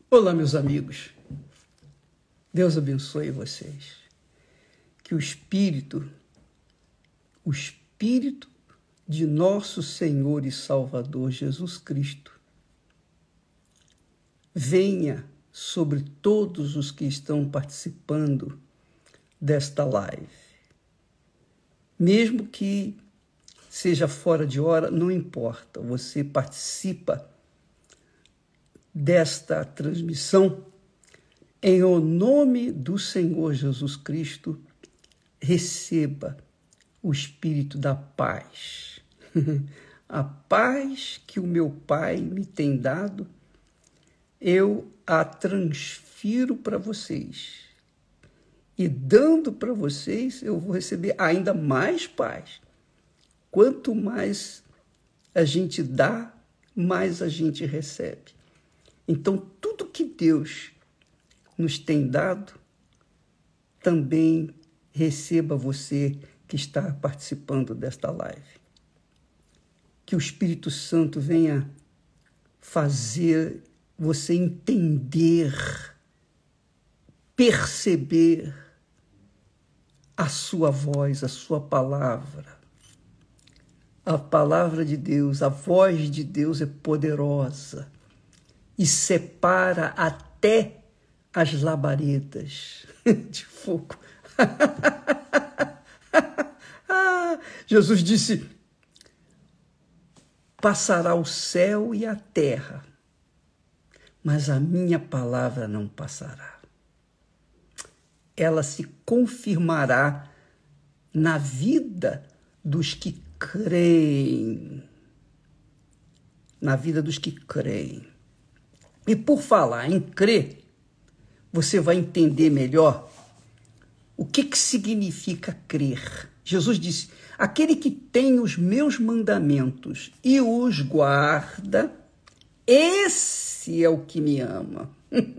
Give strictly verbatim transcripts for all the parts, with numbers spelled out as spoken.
Olá, meus amigos. Deus abençoe vocês. Que o Espírito, o Espírito de nosso Senhor e Salvador Jesus Cristo, venha sobre todos os que estão participando desta live. Mesmo que seja fora de hora, não importa, você participa desta transmissão em o nome do Senhor Jesus Cristo. Receba o Espírito da paz. A paz que o meu Pai me tem dado, eu a transfiro para vocês. E dando para vocês, eu vou receber ainda mais paz. Quanto mais a gente dá, mais a gente recebe. Então, tudo que Deus nos tem dado, também receba você que está participando desta live. Que o Espírito Santo venha fazer você entender, perceber a sua voz, a sua palavra. A palavra de Deus, a voz de Deus é poderosa e separa até as labaredas de fogo. Jesus disse: passará o céu e a terra, mas a minha palavra não passará. Ela se confirmará na vida dos que creem. Na vida dos que creem. E por falar em crer, você vai entender melhor o que, que significa crer. Jesus disse: aquele que tem os meus mandamentos e os guarda, esse é o que me ama.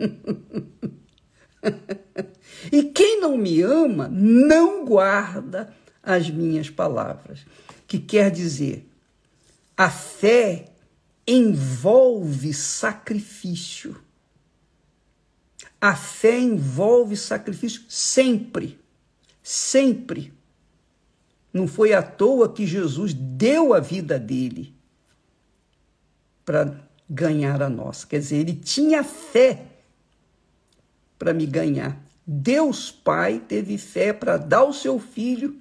E quem não me ama, não guarda as minhas palavras. Que quer dizer, a fé envolve sacrifício. A fé envolve sacrifício sempre, sempre. Não foi à toa que Jesus deu a vida dele para ganhar a nossa. Quer dizer, ele tinha fé para me ganhar. Deus Pai teve fé para dar o seu filho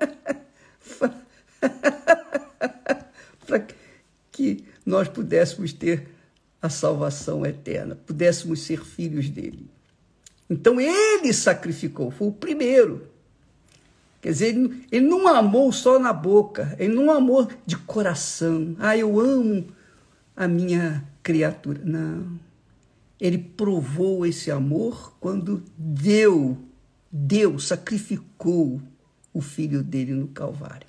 para que nós pudéssemos ter a salvação eterna, pudéssemos ser filhos dele. Então ele sacrificou, foi o primeiro. Quer dizer, ele, ele não amou só na boca, ele não amou de coração. Ah, eu amo a minha criatura. Não. Ele provou esse amor quando deu, deu, sacrificou o filho dele no Calvário.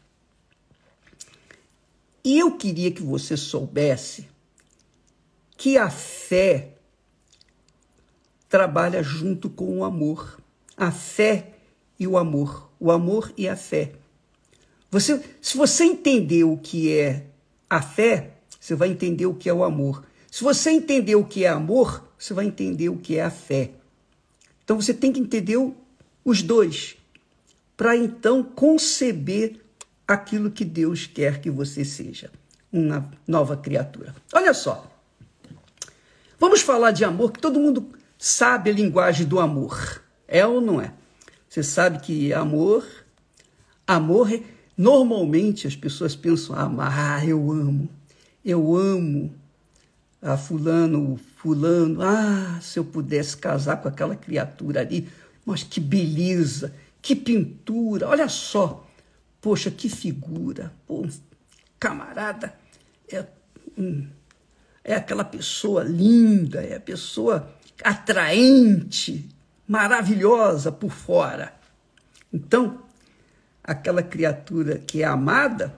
E eu queria que você soubesse que a fé trabalha junto com o amor. A fé e o amor. O amor e a fé. Você, se você entender o que é a fé, você vai entender o que é o amor. Se você entender o que é amor, você vai entender o que é a fé. Então você tem que entender os dois, para então conceber aquilo que Deus quer que você seja, uma nova criatura. Olha só, vamos falar de amor, que todo mundo sabe a linguagem do amor, é ou não é? Você sabe que amor, amor, normalmente as pessoas pensam, ah, eu amo, eu amo a fulano, fulano, ah, se eu pudesse casar com aquela criatura ali, mas que beleza, que pintura, olha só, poxa, que figura, pô, camarada, é, hum, é aquela pessoa linda, é a pessoa atraente, maravilhosa por fora. Então, aquela criatura que é amada,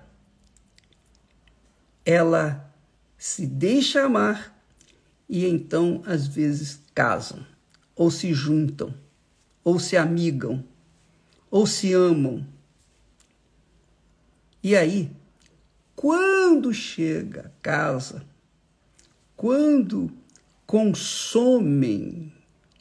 ela se deixa amar e então, às vezes, casam, ou se juntam, ou se amigam, ou se amam. E aí, quando chega a casa, quando consomem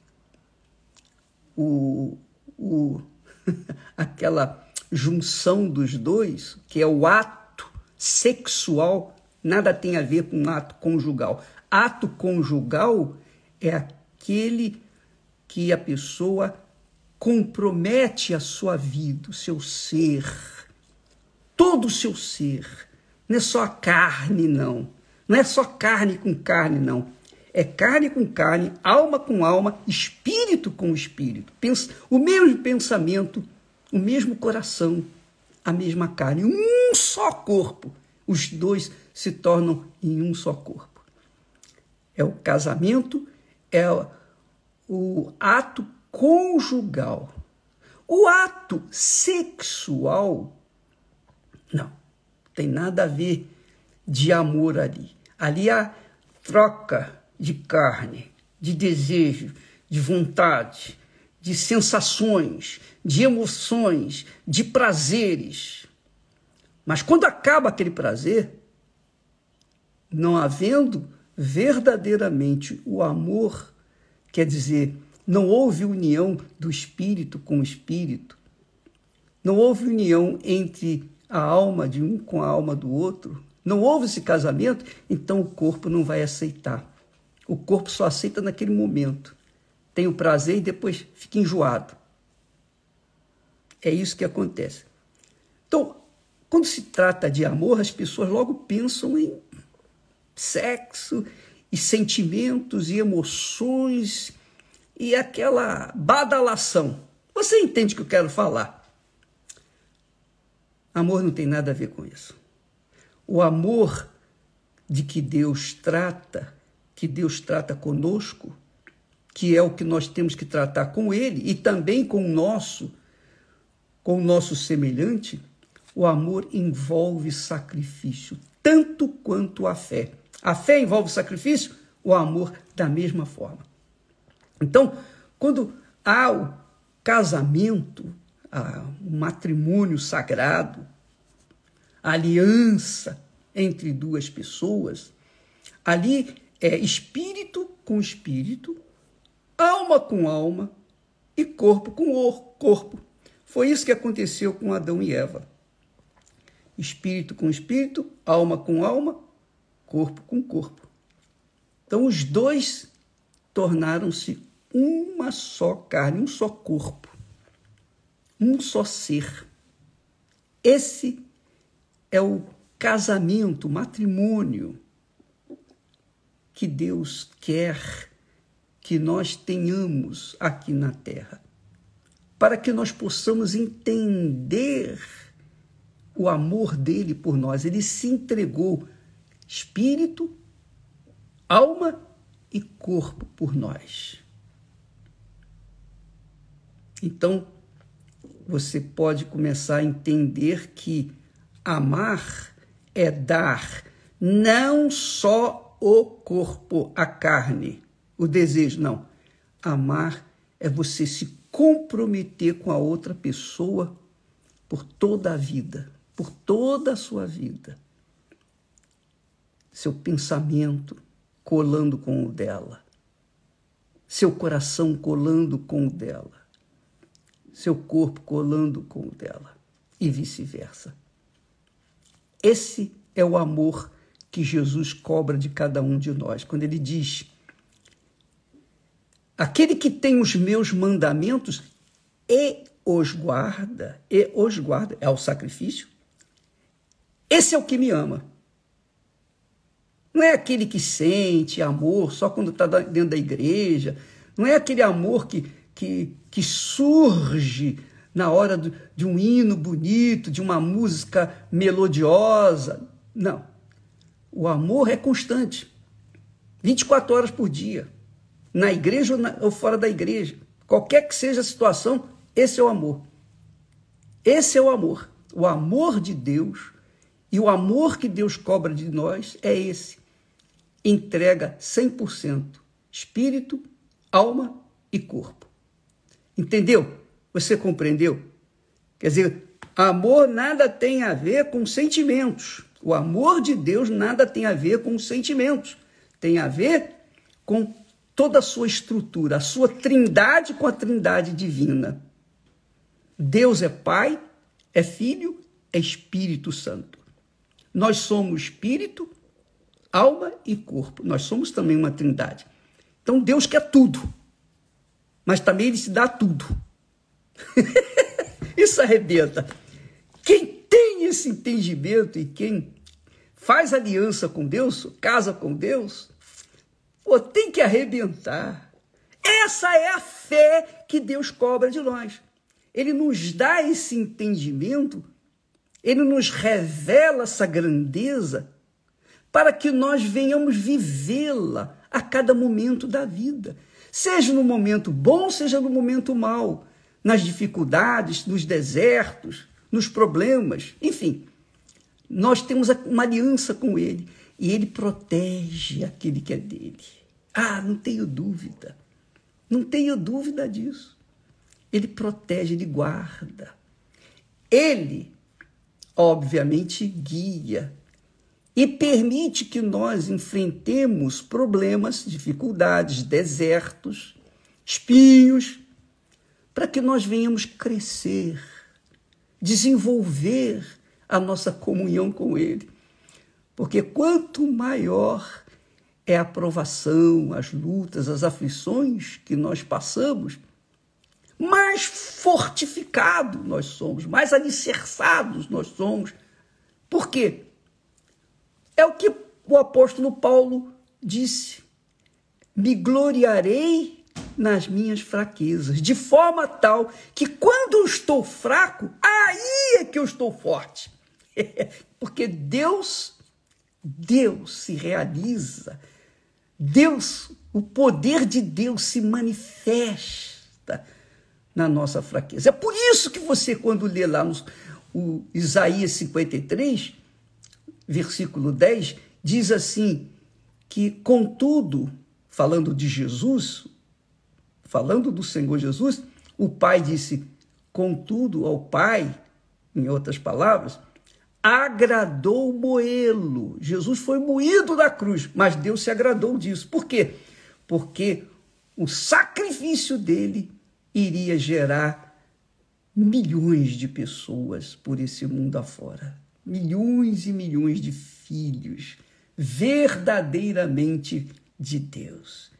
o, o, aquela junção dos dois, que é o ato sexual, nada tem a ver com ato conjugal. Ato conjugal é aquele que a pessoa compromete a sua vida, o seu ser, todo o seu ser. Não é só a carne, não. Não é só carne com carne, não. É carne com carne, alma com alma, espírito com espírito. Pensa, o mesmo pensamento, o mesmo coração, a mesma carne, um só corpo. Os dois se tornam em um só corpo. É o casamento, é o ato conjugal. O ato sexual, não, tem nada a ver de amor ali. Ali há troca de carne, de desejo, de vontade, de sensações, de emoções, de prazeres. Mas quando acaba aquele prazer, não havendo verdadeiramente o amor, quer dizer, não houve união do espírito com o espírito, não houve união entre a alma de um com a alma do outro, não houve esse casamento, então o corpo não vai aceitar. O corpo só aceita naquele momento. Tem o prazer e depois fica enjoado. É isso que acontece. Então, quando se trata de amor, as pessoas logo pensam em sexo e sentimentos e emoções e aquela badalação. Você entende o que eu quero falar? Amor não tem nada a ver com isso. O amor de que Deus trata, que Deus trata conosco, que é o que nós temos que tratar com Ele e também com o nosso, com o nosso semelhante, o amor envolve sacrifício, tanto quanto a fé. A fé envolve sacrifício, o amor da mesma forma. Então, quando há o casamento, o matrimônio sagrado, a aliança entre duas pessoas, ali é espírito com espírito, alma com alma e corpo com corpo. Foi isso que aconteceu com Adão e Eva. Espírito com espírito, alma com alma, corpo com corpo. Então, os dois tornaram-se uma só carne, um só corpo, um só ser. Esse é o casamento, o matrimônio que Deus quer que nós tenhamos aqui na Terra, para que nós possamos entender o amor dele por nós. Ele se entregou espírito, alma e corpo por nós. Então, você pode começar a entender que amar é dar não só o corpo, a carne, o desejo, não. Amar é você se comprometer com a outra pessoa por toda a vida, por toda a sua vida. Seu pensamento colando com o dela, seu coração colando com o dela, seu corpo colando com o dela e vice-versa. Esse é o amor que Jesus cobra de cada um de nós, quando ele diz: aquele que tem os meus mandamentos e os guarda, e os guarda, é o sacrifício, esse é o que me ama. Não é aquele que sente amor só quando está dentro da igreja, não é aquele amor que, que, que surge na hora do, de um hino bonito, de uma música melodiosa. Não. O amor é constante, vinte e quatro horas por dia, na igreja ou, na, ou fora da igreja. Qualquer que seja a situação, esse é o amor. Esse é o amor. O amor de Deus e o amor que Deus cobra de nós é esse. Entrega cem por cento espírito, alma e corpo. Entendeu? Você compreendeu? Quer dizer, amor nada tem a ver com sentimentos. O amor de Deus nada tem a ver com sentimentos. Tem a ver com toda a sua estrutura, a sua trindade com a trindade divina. Deus é Pai, é Filho, é Espírito Santo. Nós somos espírito, alma e corpo. Nós somos também uma trindade. Então Deus quer tudo, mas também Ele se dá tudo. Isso arrebenta. Quem tem esse entendimento e quem faz aliança com Deus, casa com Deus, pô, tem que arrebentar. Essa é a fé que Deus cobra de nós. Ele nos dá esse entendimento, Ele nos revela essa grandeza para que nós venhamos vivê-la a cada momento da vida. Seja no momento bom, seja no momento mau, nas dificuldades, nos desertos, nos problemas, enfim. Nós temos uma aliança com Ele e Ele protege aquele que é dele. Ah, não tenho dúvida, não tenho dúvida disso. Ele protege, Ele guarda. Ele, obviamente, guia e permite que nós enfrentemos problemas, dificuldades, desertos, espinhos, para que nós venhamos crescer, desenvolver a nossa comunhão com Ele. Porque quanto maior é a provação, as lutas, as aflições que nós passamos, mais fortificados nós somos, mais alicerçados nós somos. Por quê? É o que o apóstolo Paulo disse: me gloriarei nas minhas fraquezas, de forma tal que quando eu estou fraco, aí é que eu estou forte. Porque Deus, Deus se realiza, Deus, o poder de Deus se manifesta na nossa fraqueza. É por isso que você, quando lê lá no o Isaías cinquenta e três, versículo dez, diz assim, que contudo, falando de Jesus, falando do Senhor Jesus, o Pai disse, contudo ao Pai, em outras palavras, agradou moê-lo. Jesus foi moído da cruz, mas Deus se agradou disso. Por quê? Porque o sacrifício dele iria gerar milhões de pessoas por esse mundo afora. Milhões e milhões de filhos verdadeiramente de Deus.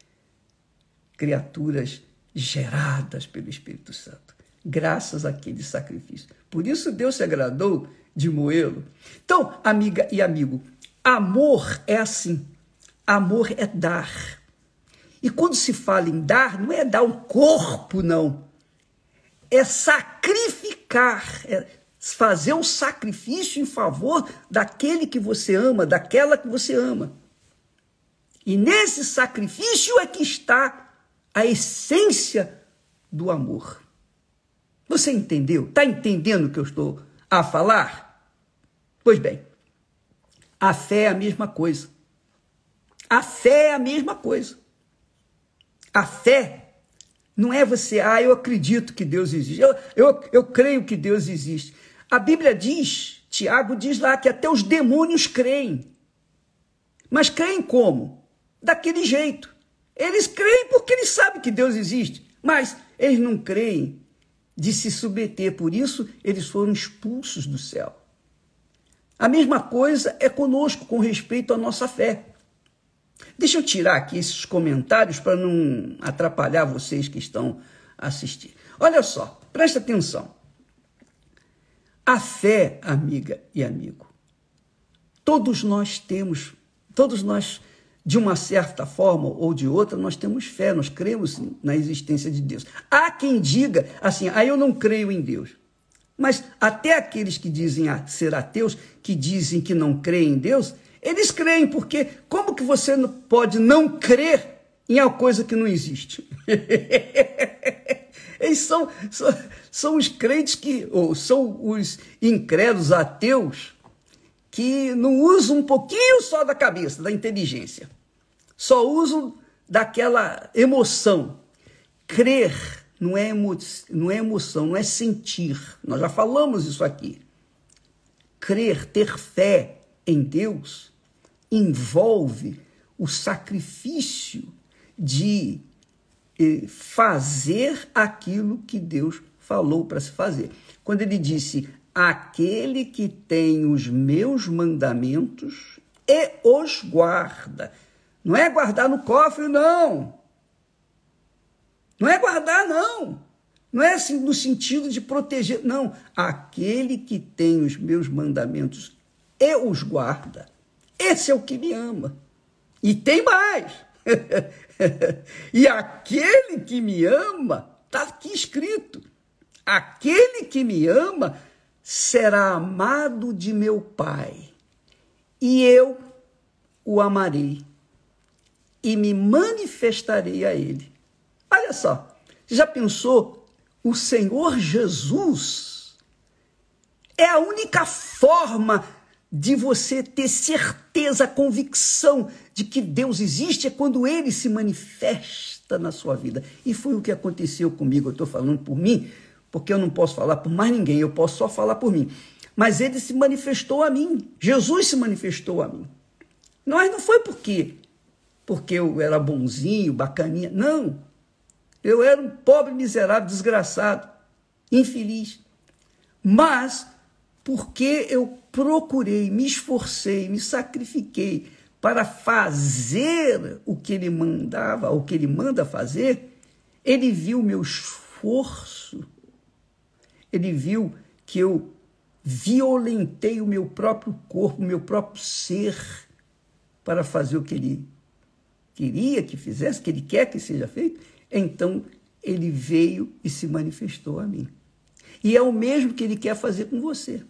Criaturas geradas pelo Espírito Santo, graças àquele sacrifício. Por isso Deus se agradou de moê-lo. Então, amiga e amigo, amor é assim. Amor é dar. E quando se fala em dar, não é dar o corpo, não. É sacrificar, é fazer um sacrifício em favor daquele que você ama, daquela que você ama. E nesse sacrifício é que está a essência do amor. Você entendeu? Está entendendo o que eu estou a falar? Pois bem, a fé é a mesma coisa. A fé é a mesma coisa. A fé não é você, ah, eu acredito que Deus existe, eu, eu, eu creio que Deus existe. A Bíblia diz, Tiago diz lá que até os demônios creem. Mas creem como? Daquele jeito. Eles creem porque eles sabem que Deus existe, mas eles não creem de se submeter, por isso eles foram expulsos do céu. A mesma coisa é conosco com respeito à nossa fé. Deixa eu tirar aqui esses comentários para não atrapalhar vocês que estão assistindo. Olha só, presta atenção. A fé, amiga e amigo, todos nós temos, todos nós, de uma certa forma ou de outra, nós temos fé, nós cremos na existência de Deus. Há quem diga assim, ah, eu não creio em Deus. Mas até aqueles que dizem ser ateus, que dizem que não creem em Deus, eles creem, porque como que você pode não crer em alguma coisa que não existe? Eles são, são, são os crentes que, ou são os incrédulos ateus, que não usam um pouquinho só da cabeça, da inteligência. Só usam daquela emoção. Crer não é, emo, não é emoção, não é sentir. Nós já falamos isso aqui. Crer, ter fé em Deus, envolve o sacrifício de fazer aquilo que Deus falou para se fazer. Quando ele disse, aquele que tem os meus mandamentos e os guarda. Não é guardar no cofre, não. Não é guardar, não. Não é assim no sentido de proteger, não. Aquele que tem os meus mandamentos e os guarda, esse é o que me ama. E tem mais. E aquele que me ama, está aqui escrito, aquele que me ama será amado de meu Pai, e eu o amarei, e me manifestarei a ele. Olha só, já pensou? O Senhor Jesus é a única forma de você ter certeza, convicção de que Deus existe, é quando Ele se manifesta na sua vida. E foi o que aconteceu comigo. Eu estou falando por mim, porque eu não posso falar por mais ninguém, eu posso só falar por mim. Mas Ele se manifestou a mim, Jesus se manifestou a mim. Mas não foi por quê? Porque eu era bonzinho, bacaninha. Não, eu era um pobre, miserável, desgraçado, infeliz. Mas porque eu procurei, me esforcei, me sacrifiquei para fazer o que ele mandava, o que ele manda fazer, ele viu o meu esforço, ele viu que eu violentei o meu próprio corpo, o meu próprio ser, para fazer o que ele queria que fizesse, que ele quer que seja feito. Então, ele veio e se manifestou a mim. E é o mesmo que ele quer fazer com você.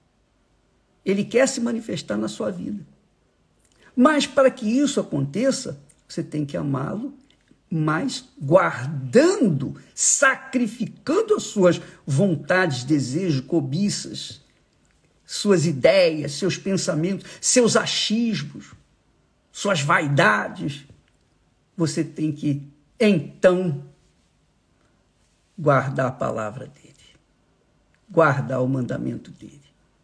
Ele quer se manifestar na sua vida. Mas para que isso aconteça, você tem que amá-lo, mas guardando, sacrificando as suas vontades, desejos, cobiças, suas ideias, seus pensamentos, seus achismos, suas vaidades. Você tem que, então, guardar a palavra dele, guardar o mandamento dele.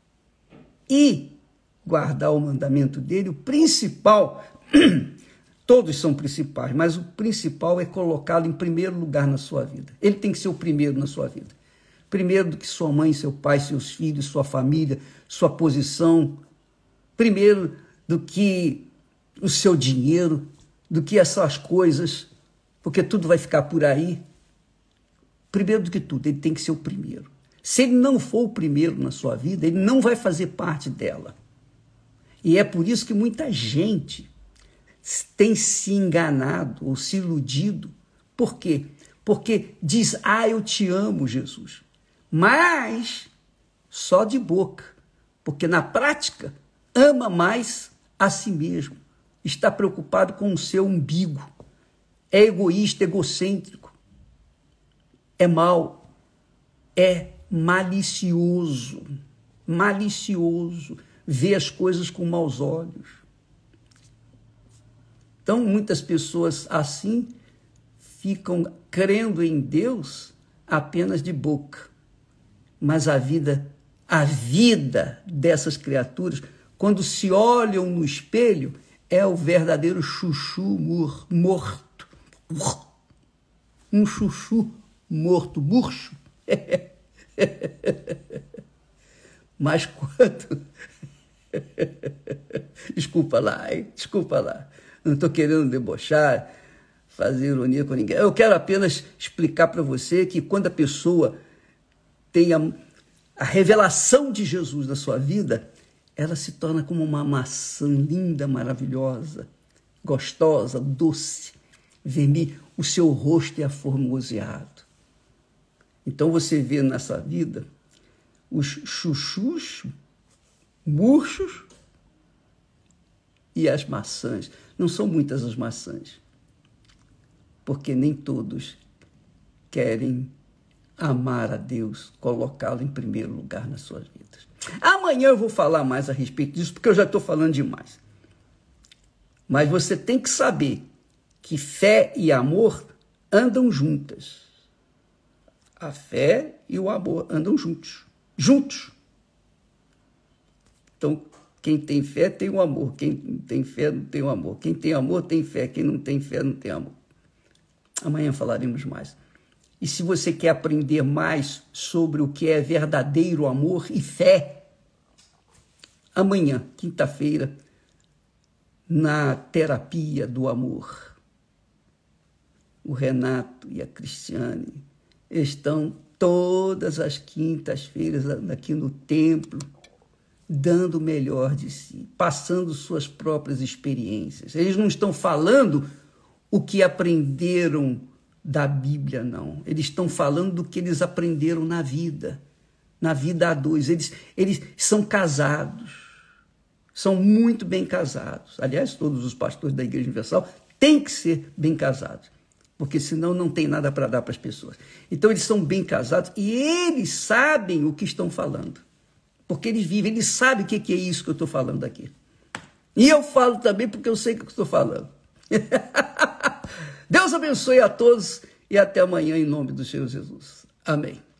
E guardar o mandamento dele, o principal, todos são principais, mas o principal é colocá-lo em primeiro lugar na sua vida. Ele tem que ser o primeiro na sua vida. Primeiro do que sua mãe, seu pai, seus filhos, sua família, sua posição. Primeiro do que o seu dinheiro, do que essas coisas, porque tudo vai ficar por aí. Primeiro do que tudo, ele tem que ser o primeiro. Se ele não for o primeiro na sua vida, ele não vai fazer parte dela. E é por isso que muita gente tem se enganado ou se iludido. Por quê? Porque diz, ah, eu te amo, Jesus. Mas só de boca. Porque na prática, ama mais a si mesmo. Está preocupado com o seu umbigo. É egoísta, egocêntrico. É mau. É malicioso, malicioso, vê as coisas com maus olhos. Então, muitas pessoas assim ficam crendo em Deus apenas de boca. Mas a vida, a vida dessas criaturas, quando se olham no espelho, é o verdadeiro chuchu mor- morto. Um chuchu morto, murcho. Mas quando... Desculpa lá, hein? Desculpa lá. Não estou querendo debochar, fazer ironia com ninguém. Eu quero apenas explicar para você que quando a pessoa tem a, a revelação de Jesus na sua vida, ela se torna como uma maçã linda, maravilhosa, gostosa, doce, vermelha. O seu rosto é aformoseado. Então você vê nessa vida os chuchus, murchos e as maçãs. Não são muitas as maçãs, porque nem todos querem amar a Deus, colocá-lo em primeiro lugar nas suas vidas. Amanhã eu vou falar mais a respeito disso, porque eu já estou falando demais. Mas você tem que saber que fé e amor andam juntas. A fé e o amor andam juntos. Juntos. Então, quem tem fé tem o amor. Quem não tem fé não tem o amor. Quem tem amor tem fé. Quem não tem fé não tem amor. Amanhã falaremos mais. E se você quer aprender mais sobre o que é verdadeiro amor e fé, amanhã, quinta-feira, na terapia do amor, o Renato e a Cristiane estão todas as quintas-feiras aqui no templo, dando o melhor de si, passando suas próprias experiências. Eles não estão falando o que aprenderam da Bíblia, não. Eles estão falando do que eles aprenderam na vida, na vida a dois. Eles, eles são casados, são muito bem casados. Aliás, todos os pastores da Igreja Universal têm que ser bem casados, porque senão não tem nada para dar para as pessoas. Então, eles são bem casados e eles sabem o que estão falando, porque eles vivem, eles sabem o que é isso que eu estou falando aqui. E eu falo também porque eu sei o que eu estou falando. Deus abençoe a todos e até amanhã em nome do Senhor Jesus. Amém.